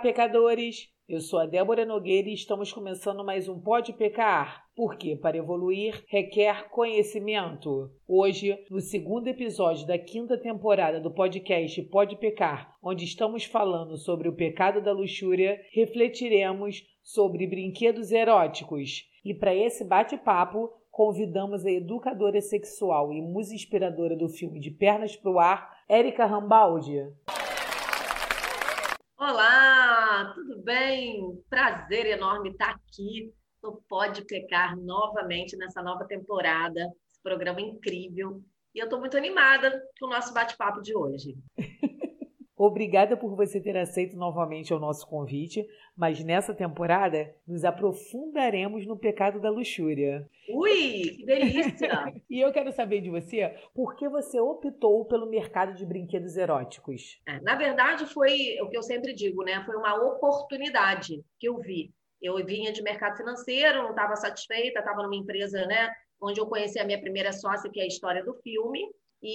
pecadores! Eu sou a Débora Nogueira e estamos começando mais um Pode Pecar, porque para evoluir requer conhecimento. Hoje, no segundo episódio da 5ª temporada do podcast Pode Pecar, onde estamos falando sobre o pecado da luxúria, refletiremos sobre brinquedos eróticos. E para esse bate-papo, convidamos a educadora sexual e musa inspiradora do filme De Pernas pro Ar, Érica Rambaldi. Olá, tudo bem? Prazer enorme estar aqui no Pode Pecar novamente nessa nova temporada, esse programa incrível. E eu estou muito animada com o nosso bate-papo de hoje. Obrigada por você ter aceito novamente o nosso convite, mas nessa temporada nos aprofundaremos no pecado da luxúria. Ui, que delícia! E eu quero saber de você, por que você optou pelo mercado de brinquedos eróticos? Na verdade, foi o que eu sempre digo, né? Foi uma oportunidade que eu vi. Eu vinha de mercado financeiro, não estava satisfeita, estava numa empresa, né, onde eu conheci a minha primeira sócia, que é a história do filme.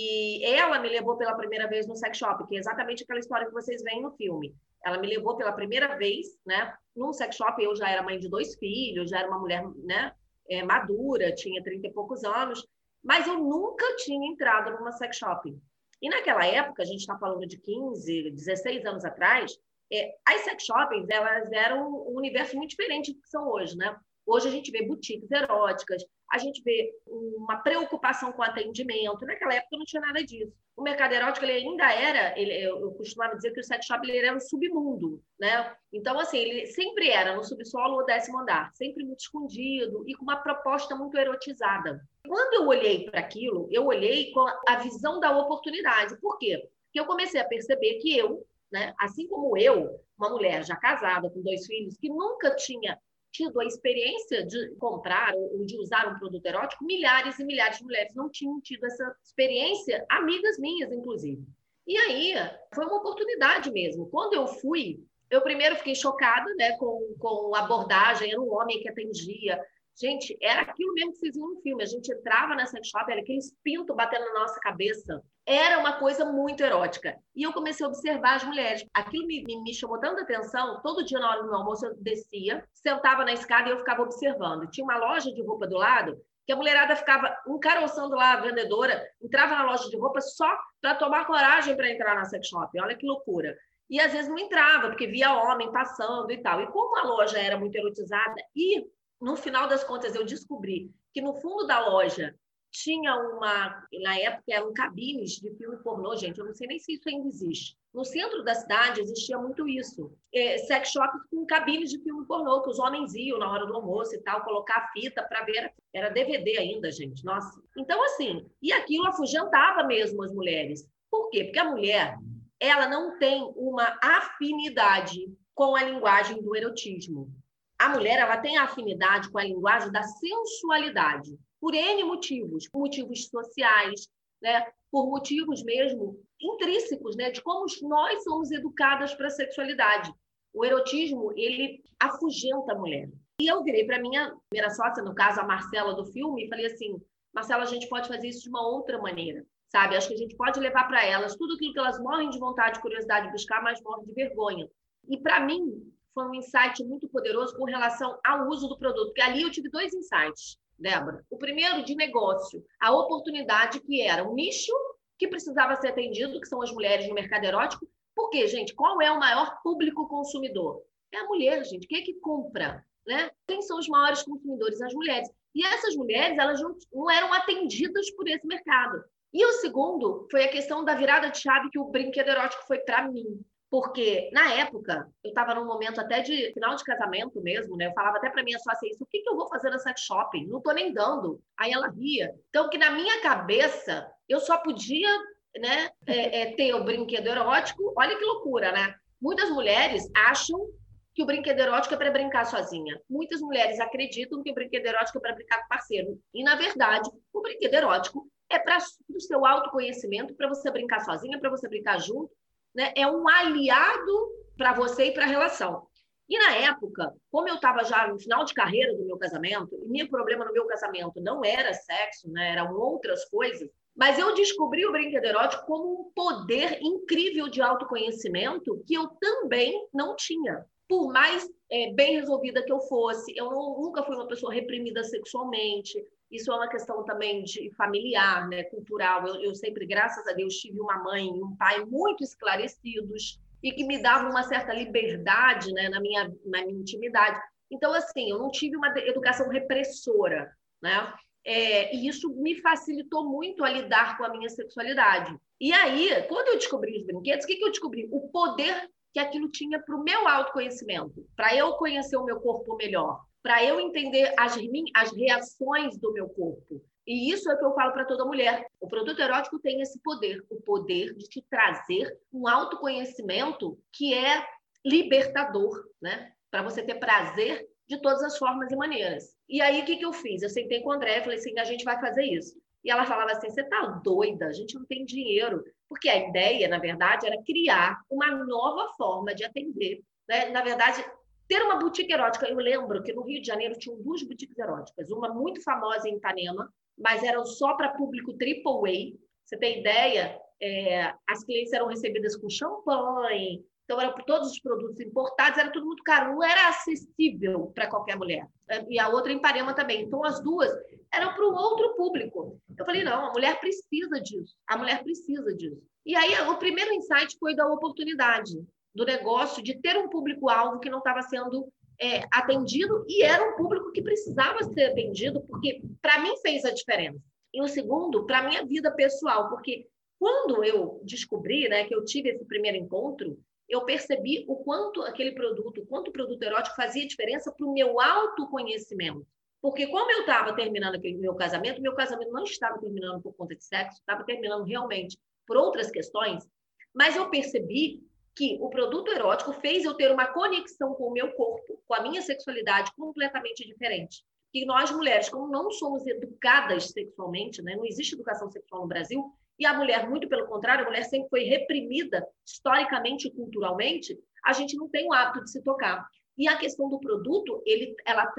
E ela me levou pela primeira vez no sex shop, que é exatamente aquela história que vocês veem no filme. Ela me levou pela primeira vez, né, num sex shop. Eu já era mãe de 2 filhos, já era uma mulher, né, madura, tinha 30 e poucos anos, mas eu nunca tinha entrado numa sex shop. E naquela época, a gente está falando de 15, 16 anos atrás, as sex shoppings, elas eram um universo muito diferente do que são hoje, né? Hoje a gente vê boutiques eróticas, a gente vê uma preocupação com atendimento. Naquela época não tinha nada disso. O mercado erótico ele ainda era, eu costumava dizer que o sex shop ele era um submundo, né? Então, assim, ele sempre era no subsolo ou 10º andar, sempre muito escondido e com uma proposta muito erotizada. Quando eu olhei para aquilo, eu olhei com a visão da oportunidade. Por quê? Porque eu comecei a perceber que eu, né, assim como eu, uma mulher já casada, com 2 filhos, que nunca tinha tido a experiência de comprar ou de usar um produto erótico, milhares e milhares de mulheres não tinham tido essa experiência, amigas minhas, inclusive. E aí, foi uma oportunidade mesmo. Quando eu fui, eu primeiro fiquei chocada, né, com a abordagem, era um homem que atendia. Gente, era aquilo mesmo que vocês viam no filme. A gente entrava na sex shop, era aqueles pintos batendo na nossa cabeça. Era uma coisa muito erótica. E eu comecei a observar as mulheres. Aquilo me chamou tanta atenção. Todo dia, na hora do meu almoço, eu descia, sentava na escada e eu ficava observando. Tinha uma loja de roupa do lado, que a mulherada ficava encaroçando lá a vendedora, entrava na loja de roupa só para tomar coragem para entrar na sex shop. Olha que loucura. E às vezes não entrava, porque via homem passando e tal. E como a loja era muito erotizada e no final das contas, eu descobri que no fundo da loja tinha na época, eram cabines de filme pornô, gente, eu não sei nem se isso ainda existe. No centro da cidade existia muito isso. Sex shops com cabines de filme pornô, que os homens iam na hora do almoço e tal, colocar a fita para ver. Era DVD ainda, gente, nossa. Então, assim, e aquilo afugentava mesmo as mulheres. Por quê? Porque a mulher, ela não tem uma afinidade com a linguagem do erotismo. A mulher ela tem afinidade com a linguagem da sensualidade, por N motivos, por motivos sociais, né? Por motivos mesmo intrínsecos, né? De como nós somos educadas para a sexualidade. O erotismo, ele afugenta a mulher. E eu virei para a minha primeira sócia, no caso a Marcela do filme, e falei assim, Marcela, a gente pode fazer isso de uma outra maneira, sabe? Acho que a gente pode levar para elas tudo aquilo que elas morrem de vontade, curiosidade de buscar, mas morrem de vergonha. E para mim, foi um insight muito poderoso com relação ao uso do produto, porque ali eu tive 2 insights, Débora. O primeiro, de negócio, a oportunidade que era um nicho que precisava ser atendido, que são as mulheres no mercado erótico. Por quê, gente? Qual é o maior público consumidor? É a mulher, gente. Quem é que compra? Né? Quem são os maiores consumidores? As mulheres. E essas mulheres, elas não eram atendidas por esse mercado. E o segundo foi a questão da virada de chave que o brinquedo erótico foi para mim. Porque, na época, eu estava num momento até de final de casamento mesmo, né? Eu falava até para minha sócia isso, o que eu vou fazer na sex shopping? Não estou nem dando. Aí ela ria. Então, que na minha cabeça, eu só podia, né, ter o brinquedo erótico. Olha que loucura, né? Muitas mulheres acham que o brinquedo erótico é para brincar sozinha. Muitas mulheres acreditam que o brinquedo erótico é para brincar com parceiro. E, na verdade, o brinquedo erótico é para o seu autoconhecimento, para você brincar sozinha, para você brincar junto. Né? É um aliado para você e para a relação. E na época, como eu estava já no final de carreira do meu casamento, e meu problema no meu casamento não era sexo, né? Eram outras coisas, Mas eu descobri o brinquedo erótico como um poder incrível de autoconhecimento que eu também não tinha. Por mais bem resolvida que eu fosse, eu nunca fui uma pessoa reprimida sexualmente. Isso é uma questão também de familiar, né, cultural. Eu sempre, graças a Deus, tive uma mãe e um pai muito esclarecidos e que me davam uma certa liberdade, né, na minha intimidade. Então, assim, eu não tive uma educação repressora, né? E isso me facilitou muito a lidar com a minha sexualidade. E aí, quando eu descobri os brinquedos, o que eu descobri? O poder que aquilo tinha para o meu autoconhecimento, para eu conhecer o meu corpo melhor, para eu entender as reações do meu corpo. E isso é o que eu falo para toda mulher. O produto erótico tem esse poder, o poder de te trazer um autoconhecimento que é libertador, né? Para você ter prazer de todas as formas e maneiras. E aí, o que eu fiz? Eu sentei com a André e falei assim, a gente vai fazer isso. E ela falava assim, você tá doida? A gente não tem dinheiro. Porque a ideia, na verdade, era criar uma nova forma de atender. Né? Na verdade, ter uma boutique erótica. Eu lembro que no Rio de Janeiro tinham 2 boutiques eróticas. Uma muito famosa em Ipanema, mas eram só para público AAA. Você tem ideia? As clientes eram recebidas com champanhe, então, era por todos os produtos importados, era tudo muito caro, não era acessível para qualquer mulher. E a outra em Ipanema também. Então, as duas eram para um outro público. Eu falei, não, a mulher precisa disso. A mulher precisa disso. E aí, o primeiro insight foi da oportunidade do negócio de ter um público-alvo que não estava sendo atendido e era um público que precisava ser atendido, porque, para mim, fez a diferença. E o segundo, para a minha vida pessoal, porque quando eu descobri, né, que eu tive esse primeiro encontro, eu percebi o quanto o produto erótico fazia diferença para o meu autoconhecimento. Porque como eu estava terminando aquele meu casamento não estava terminando por conta de sexo, estava terminando realmente por outras questões, mas eu percebi que o produto erótico fez eu ter uma conexão com o meu corpo, com a minha sexualidade completamente diferente. E nós, mulheres, como não somos educadas sexualmente, né? Não existe educação sexual no Brasil, e a mulher, muito pelo contrário, a mulher sempre foi reprimida historicamente e culturalmente, a gente não tem o hábito de se tocar. E a questão do produto, ele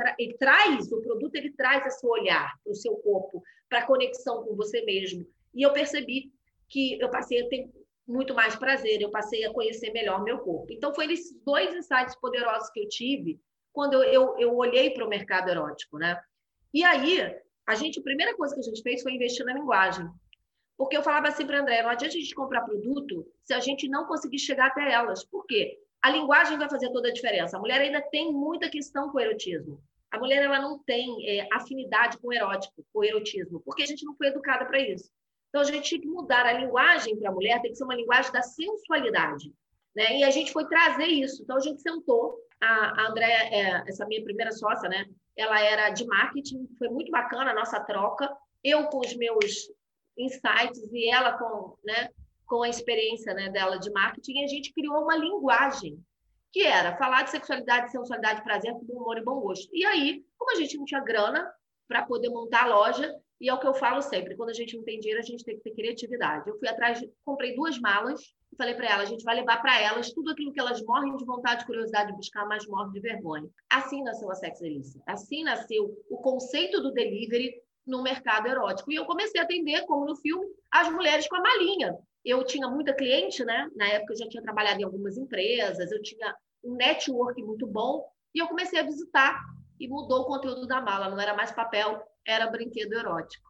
traz esse olhar para o seu corpo, para a conexão com você mesmo. E eu percebi que eu passei a ter muito mais prazer, eu passei a conhecer melhor meu corpo. Então, foi esses 2 insights poderosos que eu tive quando eu olhei para o mercado erótico, né? E aí, a primeira coisa que a gente fez foi investir na linguagem. Porque eu falava assim para a André, não adianta a gente comprar produto se a gente não conseguir chegar até elas. Por quê? A linguagem vai fazer toda a diferença. A mulher ainda tem muita questão com o erotismo. A mulher ela não tem afinidade com o erotismo, porque a gente não foi educada para isso. Então, a gente tinha que mudar a linguagem para a mulher, tem que ser uma linguagem da sensualidade. Né? E a gente foi trazer isso. Então, a gente sentou, a André, essa minha primeira sócia, né? Ela era de marketing, foi muito bacana a nossa troca. Eu com os meus insights e ela com a experiência, né, dela de marketing, a gente criou uma linguagem que era falar de sexualidade, sensualidade, prazer, com bom humor e bom gosto. E aí, como a gente não tinha grana para poder montar a loja, e é o que eu falo sempre, quando a gente não tem dinheiro, a gente tem que ter criatividade. Eu fui atrás, comprei 2 malas e falei para ela, a gente vai levar para elas tudo aquilo que elas morrem de vontade, de curiosidade de buscar, mas morrem de vergonha. Assim nasceu a Sex Delícia. Assim nasceu o conceito do delivery no mercado erótico. E eu comecei a atender, como no filme, as mulheres com a malinha. Eu tinha muita cliente, né? Na época eu já tinha trabalhado em algumas empresas, eu tinha um network muito bom, e eu comecei a visitar, e mudou o conteúdo da mala, não era mais papel, era brinquedo erótico.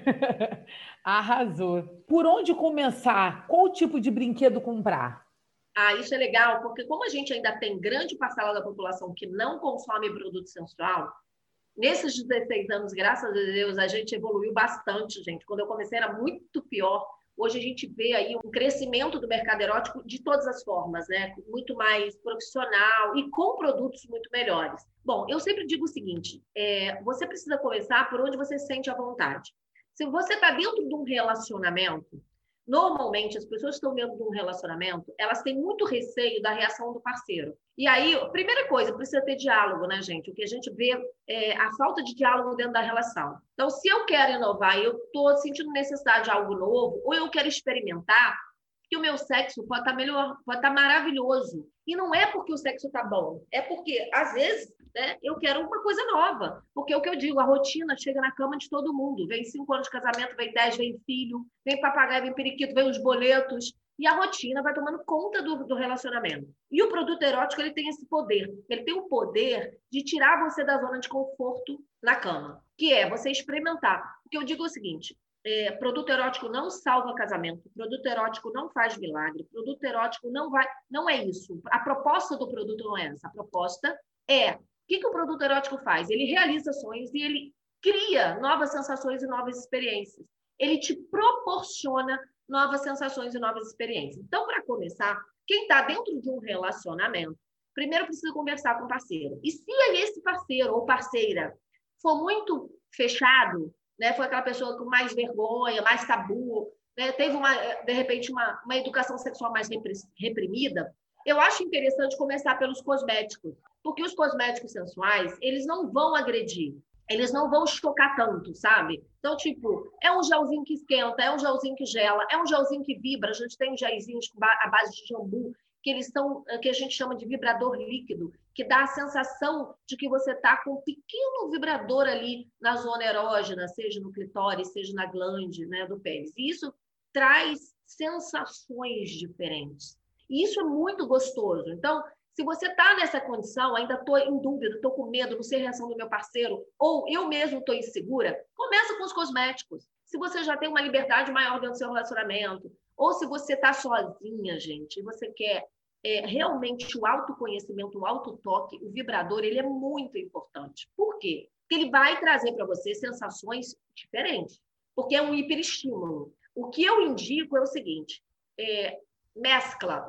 Arrasou. Por onde começar? Qual tipo de brinquedo comprar? Isso é legal, porque como a gente ainda tem grande parcela da população que não consome produto sensual, nesses 16 anos, graças a Deus, a gente evoluiu bastante, gente. Quando eu comecei era muito pior. Hoje a gente vê aí um crescimento do mercado erótico de todas as formas, né? Muito mais profissional e com produtos muito melhores. Bom, eu sempre digo o seguinte, você precisa começar por onde você sente a vontade. Se você está dentro de um relacionamento, normalmente as pessoas que estão dentro de um relacionamento, elas têm muito receio da reação do parceiro. E aí, primeira coisa, precisa ter diálogo, né, gente? O que a gente vê é a falta de diálogo dentro da relação. Então, se eu quero inovar e eu estou sentindo necessidade de algo novo, ou eu quero experimentar, que o meu sexo pode estar melhor, pode estar maravilhoso. E não é porque o sexo está bom, é porque, às vezes, né, eu quero uma coisa nova. Porque é o que eu digo, a rotina chega na cama de todo mundo. Vem 5 anos de casamento, vem 10, vem filho, vem papagaio, vem periquito, vem os boletos. E a rotina vai tomando conta do relacionamento. E o produto erótico, ele tem esse poder. Ele tem o poder de tirar você da zona de conforto na cama, que é você experimentar. Porque eu digo o seguinte, produto erótico não salva casamento, produto erótico não faz milagre, produto erótico não é isso. A proposta do produto não é essa. A proposta é, o que o produto erótico faz? Ele realiza sonhos e ele cria novas sensações e novas experiências. Ele te proporciona novas sensações e novas experiências. Então, para começar, quem está dentro de um relacionamento, primeiro precisa conversar com o parceiro. E se esse parceiro ou parceira for muito fechado, né, foi aquela pessoa com mais vergonha, mais tabu, né, teve, de repente, uma educação sexual mais reprimida, eu acho interessante começar pelos cosméticos. Porque os cosméticos sensuais, eles não vão agredir. Eles não vão chocar tanto, sabe? Então, tipo, é um gelzinho que esquenta, é um gelzinho que gela, é um gelzinho que vibra. A gente tem gelzinhos à base de jambu, que eles são, que a gente chama de vibrador líquido, que dá a sensação de que você está com um pequeno vibrador ali na zona erógena, seja no clitóris, seja na glande, né, do pênis. E isso traz sensações diferentes. E isso é muito gostoso. Então, se você está nessa condição, ainda estou em dúvida, estou com medo, não sei a reação do meu parceiro, ou eu mesmo estou insegura, começa com os cosméticos. Se você já tem uma liberdade maior dentro do seu relacionamento, ou se você está sozinha, gente, e você quer realmente o autoconhecimento, o autotoque, o vibrador, ele é muito importante. Por quê? Porque ele vai trazer para você sensações diferentes, porque é um hiperestímulo. O que eu indico é o seguinte, mescla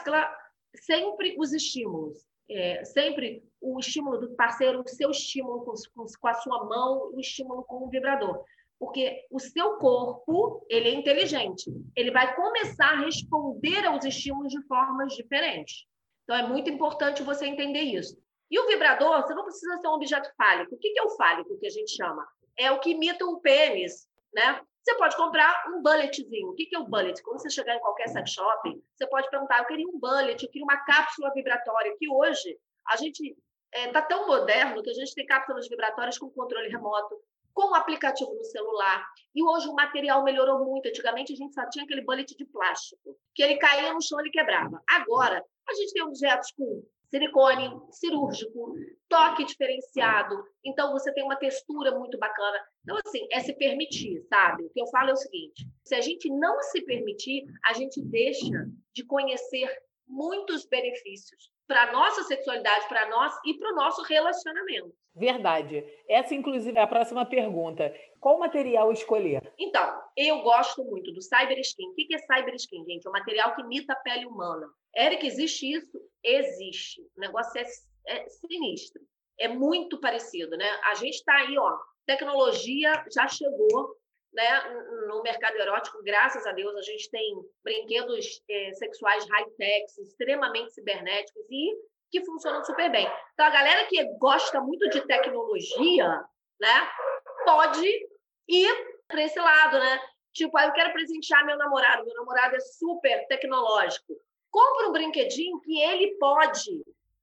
sempre os estímulos, sempre o estímulo do parceiro, o seu estímulo com a sua mão, o estímulo com o vibrador. Porque o seu corpo, ele é inteligente. Ele vai começar a responder aos estímulos de formas diferentes. Então, é muito importante você entender isso. E o vibrador, você não precisa ser um objeto fálico. O que é o fálico, que a gente chama? É o que imita um pênis, né? Você pode comprar um bulletzinho. O que é o bullet? Quando você chegar em qualquer sex shop, você pode perguntar, eu queria um bullet, eu queria uma cápsula vibratória, que hoje a gente está tão moderno que a gente tem cápsulas vibratórias com controle remoto, com o aplicativo no celular. E hoje o material melhorou muito. Antigamente a gente só tinha aquele bullet de plástico, que ele caía no chão e ele quebrava. Agora, a gente tem objetos com silicone, cirúrgico, toque diferenciado. Então, você tem uma textura muito bacana. Então, assim, é se permitir, sabe? O que eu falo é o seguinte, se a gente não se permitir, a gente deixa de conhecer muitos benefícios para a nossa sexualidade, para nós e para o nosso relacionamento. Verdade. Essa, inclusive, é a próxima pergunta. Qual material escolher? Então, eu gosto muito do Cyber Skin. O que é Cyber Skin, gente? É um material que imita a pele humana. Érica, existe isso? Existe. O negócio é sinistro. É muito parecido, né? A gente está aí, ó. Tecnologia já chegou, né, no mercado erótico, graças a Deus. A gente tem brinquedos sexuais high-tech, extremamente cibernéticos e que funcionam super bem. Então, a galera que gosta muito de tecnologia, né, pode ir para esse lado, né? Tipo, eu quero presentear meu namorado é super tecnológico. Compra um brinquedinho que ele pode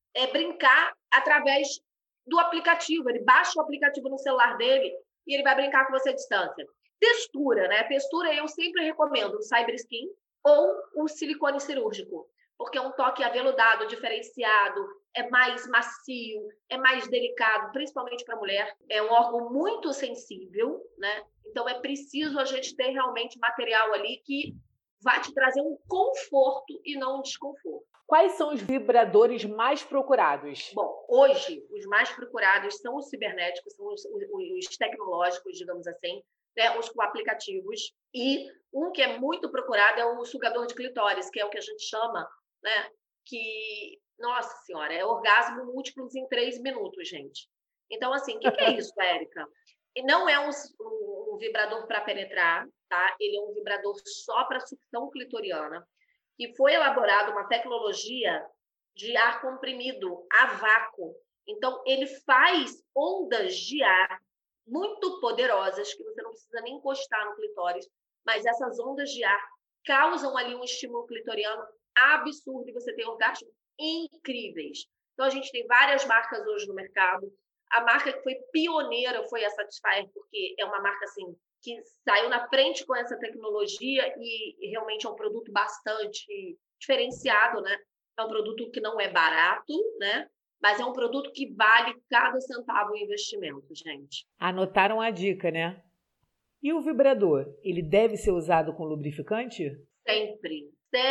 brincar através do aplicativo. Ele baixa o aplicativo no celular dele e ele vai brincar com você à distância. Textura, né? Textura eu sempre recomendo o Cyber Skin ou o silicone cirúrgico, porque é um toque aveludado, diferenciado, é mais macio, é mais delicado, principalmente para a mulher. É um órgão muito sensível, né? Então, é preciso a gente ter realmente material ali que vai te trazer um conforto e não um desconforto. Quais são os vibradores mais procurados? Bom, hoje, os mais procurados são os cibernéticos, são os tecnológicos, digamos assim, né, os com aplicativos. E um que é muito procurado é o sugador de clitóris, que é o que a gente chama, né, que, nossa senhora, é orgasmo múltiplos em 3 minutos, gente. Então, assim, o que é isso, Érica? Não é um vibrador para penetrar, tá? Ele é um vibrador só para sucção clitoriana, que foi elaborada uma tecnologia de ar comprimido, a vácuo. Então, ele faz ondas de ar muito poderosas, que você não precisa nem encostar no clitóris, mas essas ondas de ar causam ali um estímulo clitoriano absurdo e você tem orgasmos incríveis. Então, a gente tem várias marcas hoje no mercado. A marca que foi pioneira foi a Satisfyer, porque é uma marca assim que saiu na frente com essa tecnologia e realmente é um produto bastante diferenciado, né? É um produto que não é barato, né? Mas é um produto que vale cada centavo em investimento, gente. Anotaram a dica, né? E o vibrador, ele deve ser usado com lubrificante? Sempre,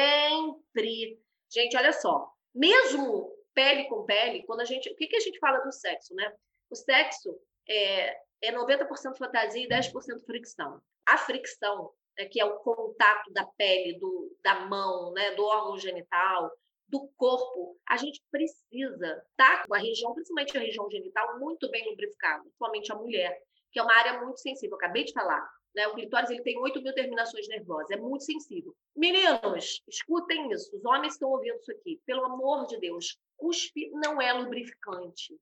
sempre. Gente, olha só. Mesmo pele com pele, quando a gente... O que a gente fala do sexo, né? O sexo é 90% fantasia e 10% fricção. A fricção, que é o contato da pele, da mão, né, do órgão genital, do corpo, a gente precisa estar com a região, principalmente a região genital, muito bem lubrificada, principalmente a mulher, que é uma área muito sensível. Eu acabei de falar, né? O clitóris ele tem 8.000 terminações nervosas, é muito sensível. Meninos, escutem isso, os homens estão ouvindo isso aqui, pelo amor de Deus, cuspe não é lubrificante.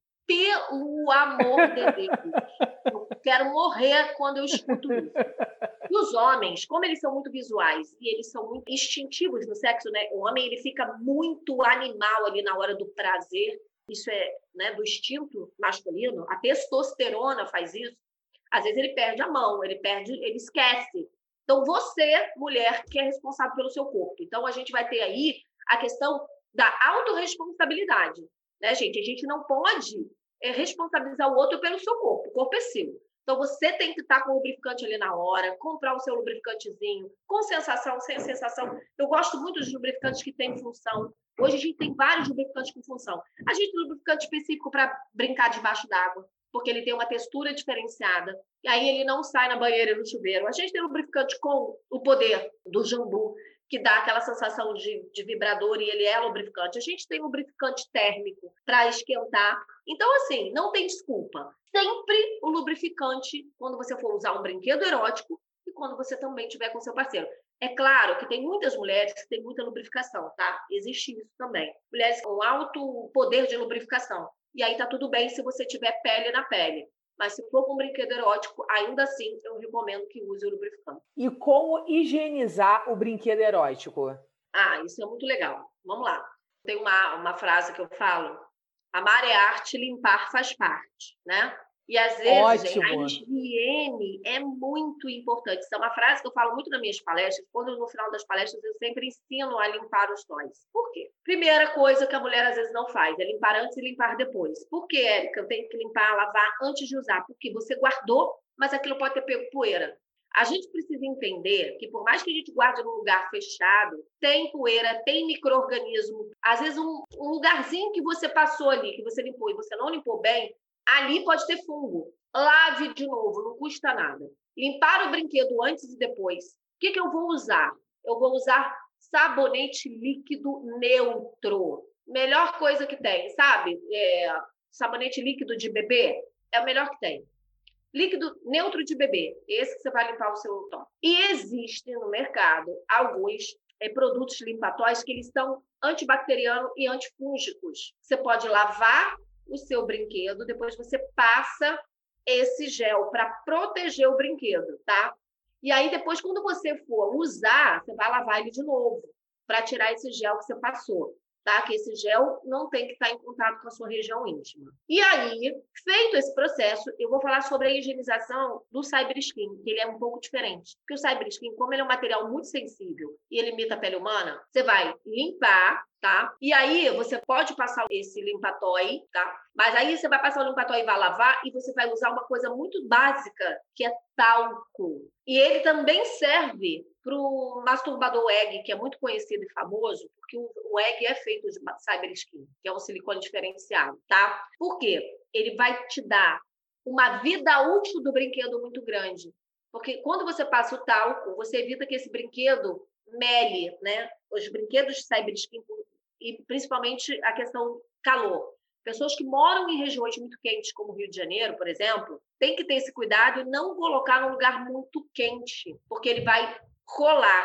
Pelo amor de Deus. Eu quero morrer quando eu escuto isso. E os homens, como eles são muito visuais e eles são muito instintivos no sexo, né? O homem ele fica muito animal ali na hora do prazer. Isso é, né, do instinto masculino. A testosterona faz isso. Às vezes ele perde a mão, ele esquece. Então você, mulher, que é responsável pelo seu corpo. Então a gente vai ter aí a questão da autorresponsabilidade, né, gente? A gente não pode responsabilizar o outro pelo seu corpo. O corpo é seu. Então, você tem que estar com o lubrificante ali na hora, comprar o seu lubrificantezinho, com sensação, sem sensação. Eu gosto muito de lubrificantes que têm função. Hoje a gente tem vários lubrificantes com função. A gente tem lubrificante específico para brincar debaixo d'água, porque ele tem uma textura diferenciada. E aí ele não sai na banheira e no chuveiro. A gente tem lubrificante com o poder do jambu, que dá aquela sensação de vibrador e ele é lubrificante. A gente tem lubrificante térmico para esquentar. Então, assim, não tem desculpa. Sempre o lubrificante quando você for usar um brinquedo erótico e quando você também estiver com seu parceiro. É claro que tem muitas mulheres que têm muita lubrificação, tá? Existe isso também. Mulheres com alto poder de lubrificação. E aí tá tudo bem se você tiver pele na pele. Mas se for com um brinquedo erótico, ainda assim, eu recomendo que use o lubrificante. E como higienizar o brinquedo erótico? Ah, isso é muito legal. Vamos lá. Tem uma frase que eu falo: amar é arte, limpar faz parte, né? E às vezes, gente, a higiene é muito importante. Isso é uma frase que eu falo muito nas minhas palestras. Quando no final das palestras eu sempre ensino a limpar os toys. Por quê? Primeira coisa que a mulher às vezes não faz é limpar antes e limpar depois. Por que, Érica? Eu tenho que limpar, lavar antes de usar. Porque você guardou, mas aquilo pode ter pego poeira. A gente precisa entender que, por mais que a gente guarde num lugar fechado, tem poeira, tem micro-organismo. Às vezes, um lugarzinho que você passou ali, que você limpou e você não limpou bem, ali pode ter fungo. Lave de novo, não custa nada. Limpar o brinquedo antes e depois. O que eu vou usar? Eu vou usar sabonete líquido neutro. Melhor coisa que tem, sabe? Sabonete líquido de bebê é o melhor que tem. Líquido neutro de bebê, esse que você vai limpar o seu top. E existem no mercado alguns produtos limpatórios que eles são antibacterianos e antifúngicos. Você pode lavar o seu brinquedo, depois você passa esse gel para proteger o brinquedo, tá? E aí depois, quando você for usar, você vai lavar ele de novo para tirar esse gel que você passou. Tá? Que esse gel não tem que estar em contato com a sua região íntima. E aí, feito esse processo, eu vou falar sobre a higienização do CyberSkin, que ele é um pouco diferente. Porque o CyberSkin, como ele é um material muito sensível e ele imita a pele humana, você vai limpar, tá? E aí, você pode passar esse limpatói, tá? Mas aí, você vai passar o limpatói e vai lavar e você vai usar uma coisa muito básica, que é talco. E ele também serve para o masturbador egg, que é muito conhecido e famoso, porque o egg é feito de CyberSkin, que é um silicone diferenciado, tá? Por quê? Ele vai te dar uma vida útil do brinquedo muito grande. Porque quando você passa o talco, você evita que esse brinquedo mele, né? Os brinquedos de CyberSkin, e principalmente a questão calor. Pessoas que moram em regiões muito quentes, como o Rio de Janeiro, por exemplo, tem que ter esse cuidado e não colocar num lugar muito quente, porque ele vai colar.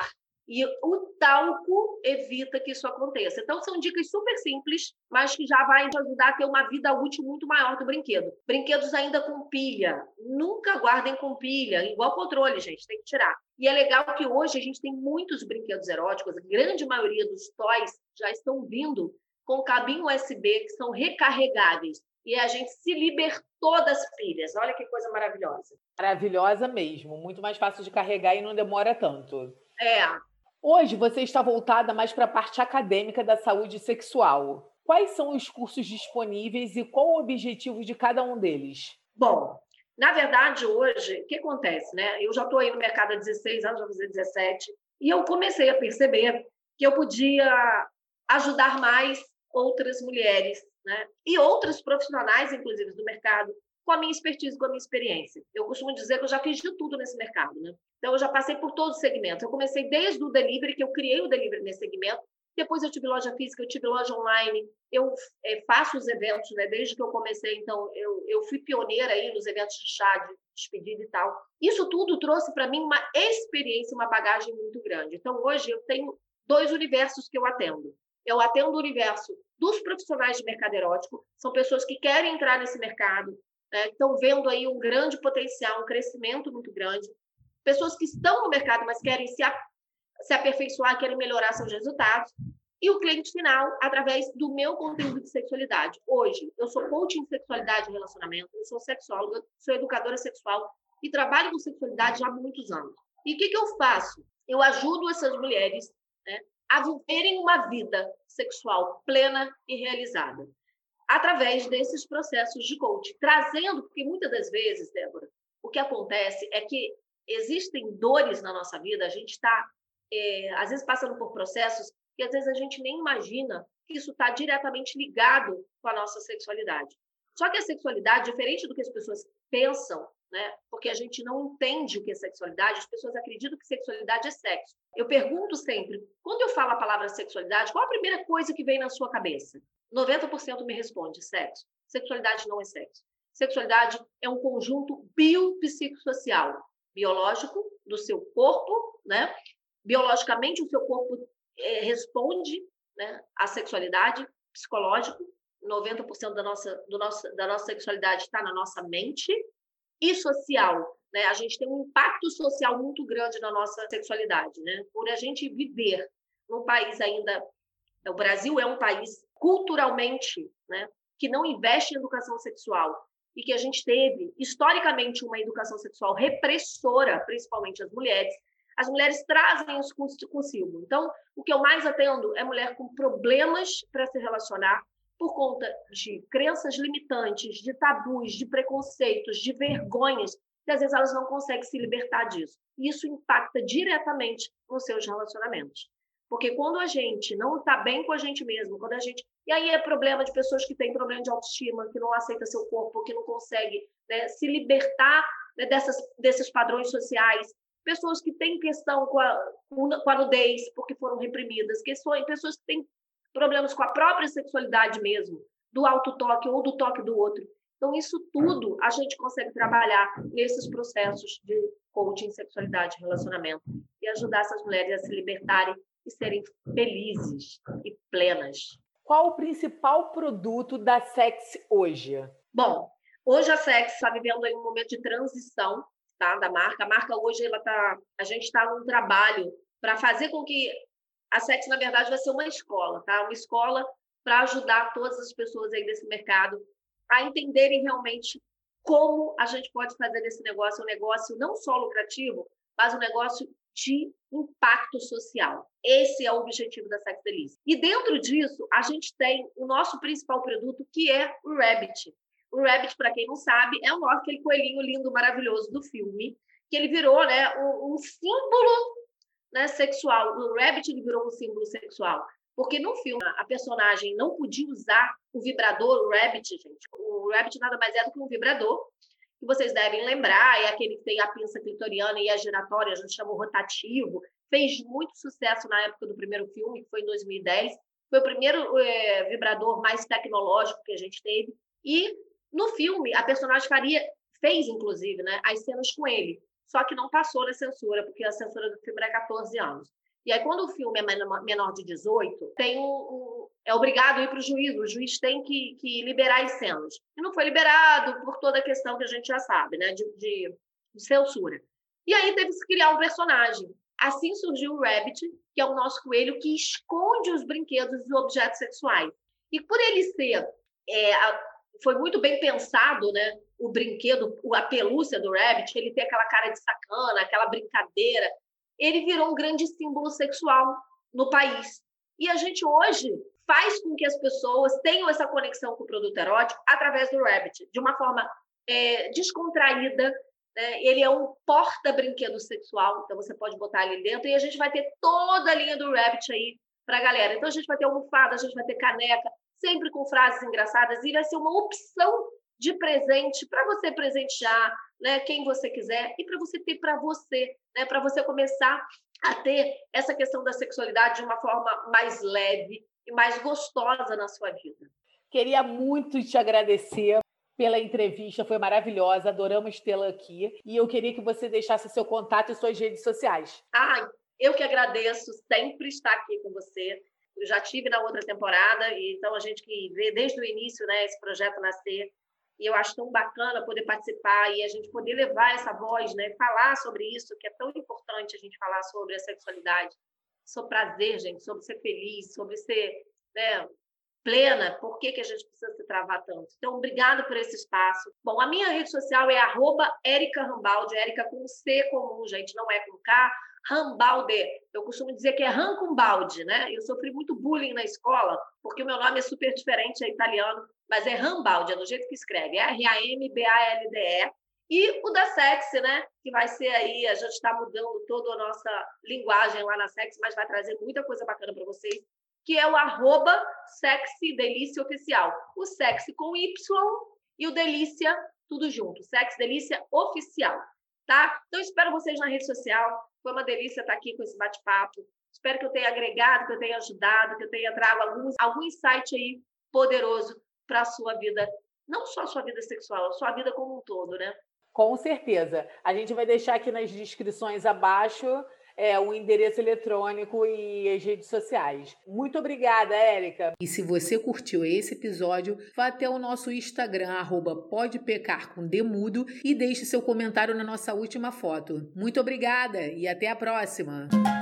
E o talco evita que isso aconteça. Então, são dicas super simples, mas que já vai te ajudar a ter uma vida útil muito maior do brinquedo. Brinquedos ainda com pilha. Nunca guardem com pilha. Igual controle, gente, tem que tirar. E é legal que hoje a gente tem muitos brinquedos eróticos. A grande maioria dos toys já estão vindo com cabinho USB, que são recarregáveis. E a gente se libertou das pilhas. Olha que coisa maravilhosa. Maravilhosa mesmo. Muito mais fácil de carregar e não demora tanto. É. Hoje você está voltada mais para a parte acadêmica da saúde sexual. Quais são os cursos disponíveis e qual o objetivo de cada um deles? Bom, na verdade, hoje, o que acontece, né? Eu já estou aí no mercado há 16 anos, já vou fazer 17, e eu comecei a perceber que eu podia ajudar mais outras mulheres, né? E outros profissionais, inclusive, do mercado, com a minha expertise, com a minha experiência. Eu costumo dizer que eu já fiz de tudo nesse mercado, né? Então, eu já passei por todos os segmentos. Eu comecei desde o delivery, que eu criei o delivery nesse segmento. Depois eu tive loja física, eu tive loja online. Eu faço os eventos, né? Desde que eu comecei. Então, eu fui pioneira aí nos eventos de chá, de despedida e tal. Isso tudo trouxe para mim uma experiência, uma bagagem muito grande. Então, hoje, eu tenho 2 universos que eu atendo. Eu atendo o universo dos profissionais de mercado erótico. São pessoas que querem entrar nesse mercado, né? Estão vendo aí um grande potencial, um crescimento muito grande. Pessoas que estão no mercado, mas querem se aperfeiçoar, querem melhorar seus resultados. E o cliente final, através do meu conteúdo de sexualidade. Hoje, eu sou coach em sexualidade e relacionamento, eu sou sexóloga, sou educadora sexual e trabalho com sexualidade já há muitos anos. E o que eu faço? Eu ajudo essas mulheres, né, a viverem uma vida sexual plena e realizada, através desses processos de coaching, trazendo, porque muitas das vezes, Débora, o que acontece é que existem dores na nossa vida, a gente está, às vezes, passando por processos que, às vezes, a gente nem imagina que isso está diretamente ligado com a nossa sexualidade. Só que a sexualidade, diferente do que as pessoas pensam, né? Porque a gente não entende o que é sexualidade, as pessoas acreditam que sexualidade é sexo. Eu pergunto sempre, quando eu falo a palavra sexualidade, qual a primeira coisa que vem na sua cabeça? 90% me responde sexo. Sexualidade não é sexo. Sexualidade é um conjunto biopsicossocial, biológico do seu corpo, né? Biologicamente, o seu corpo responde, né, à sexualidade, psicológico. 90% da nossa sexualidade está na nossa mente. E social, né? A gente tem um impacto social muito grande na nossa sexualidade, né? Por a gente viver num país ainda... O Brasil é um país culturalmente, né, que não investe em educação sexual e que a gente teve, historicamente, uma educação sexual repressora, principalmente as mulheres trazem isso consigo. Então, o que eu mais atendo é mulher com problemas para se relacionar por conta de crenças limitantes, de tabus, de preconceitos, de vergonhas, que às vezes elas não conseguem se libertar disso. E isso impacta diretamente nos seus relacionamentos. Porque quando a gente não está bem com a gente mesmo, quando a gente... E aí é problema de pessoas que têm problema de autoestima, que não aceita seu corpo, que não consegue, né, se libertar, né, desses padrões sociais. Pessoas que têm questão com a nudez, porque foram reprimidas. Pessoas que têm problemas com a própria sexualidade mesmo, do autotoque ou do toque do outro. Então, isso tudo a gente consegue trabalhar nesses processos de coaching, sexualidade e relacionamento e ajudar essas mulheres a se libertarem e serem felizes e plenas. Qual o principal produto da Sex hoje? Bom, hoje a Sex está vivendo aí um momento de transição, tá, da marca. A marca hoje, a gente está num trabalho para fazer com que a Sex, na verdade, vai ser uma escola, tá? Uma escola para ajudar todas as pessoas aí desse mercado a entenderem realmente como a gente pode fazer desse negócio um negócio não só lucrativo, mas um negócio de impacto social. Esse é o objetivo da Sex Delícia. E dentro disso, a gente tem o nosso principal produto, que é o Rabbit. O Rabbit, para quem não sabe, é aquele coelhinho lindo, maravilhoso do filme, que ele virou, né, um símbolo, né, sexual. O Rabbit, ele virou um símbolo sexual. Porque no filme, a personagem não podia usar o vibrador, o Rabbit, gente. O Rabbit nada mais é do que um vibrador, que vocês devem lembrar, é aquele que tem a pinça clitoriana e a giratória, a gente chama o rotativo. Fez muito sucesso na época do primeiro filme, que foi em 2010. Foi o primeiro vibrador mais tecnológico que a gente teve. E no filme, a personagem fez, inclusive, né, as cenas com ele. Só que não passou na censura, porque a censura do filme era 14 anos. E aí, quando o filme é menor de 18, tem é obrigado a ir para o juiz tem que liberar as cenas. E não foi liberado por toda a questão que a gente já sabe, né, de censura. E aí teve que se criar um personagem. Assim surgiu o Rabbit, que é o nosso coelho que esconde os brinquedos e os objetos sexuais. E por ele ser... foi muito bem pensado, né? O brinquedo, a pelúcia do Rabbit, ele tem aquela cara de sacana, aquela brincadeira. Ele virou um grande símbolo sexual no país. E a gente hoje faz com que as pessoas tenham essa conexão com o produto erótico através do Rabbit, de uma forma descontraída. Ele é um porta-brinquedo sexual, então você pode botar ali dentro, e a gente vai ter toda a linha do Rabbit aí para a galera. Então a gente vai ter almofada, a gente vai ter caneca, sempre com frases engraçadas, e vai ser uma opção de presente para você presentear, né, quem você quiser, e para você ter para você, né, para você começar a ter essa questão da sexualidade de uma forma mais leve e mais gostosa na sua vida. Queria muito te agradecer pela entrevista, foi maravilhosa, adoramos tê-la aqui, e eu queria que você deixasse seu contato e suas redes sociais. Eu que agradeço sempre estar aqui com você. Eu já tive na outra temporada, então a gente que vê desde o início, né, esse projeto nascer, e eu acho tão bacana poder participar e a gente poder levar essa voz, né, falar sobre isso, que é tão importante a gente falar sobre a sexualidade, sobre prazer, gente, sobre ser feliz, sobre ser, né, plena. Por que a gente precisa se travar tanto? Então, obrigada por esse espaço. Bom, a minha rede social é @EricaRambaldi, Érica com C comum, gente, não é com K. Rambaldi, eu costumo dizer que é ram com balde, né? Eu sofri muito bullying na escola, porque o meu nome é super diferente, é italiano, mas é Rambaldi, é do jeito que escreve, é RAMBALDE. E o da Sexy, né? Que vai ser aí, a gente está mudando toda a nossa linguagem lá na Sexy, mas vai trazer muita coisa bacana para vocês, que é o @Sexy Delícia Oficial. O Sexy com Y e o Delícia, tudo junto. Sexy Delícia Oficial, tá? Então, espero vocês na rede social. Foi uma delícia estar aqui com esse bate-papo. Espero que eu tenha agregado, que eu tenha ajudado, que eu tenha trago algum insight aí poderoso para a sua vida. Não só a sua vida sexual, a sua vida como um todo, né? Com certeza. A gente vai deixar aqui nas descrições abaixo o endereço eletrônico e as redes sociais. Muito obrigada, Érica. E se você curtiu esse episódio, vá até o nosso Instagram, @podepecarcomdemudo, e deixe seu comentário na nossa última foto. Muito obrigada e até a próxima!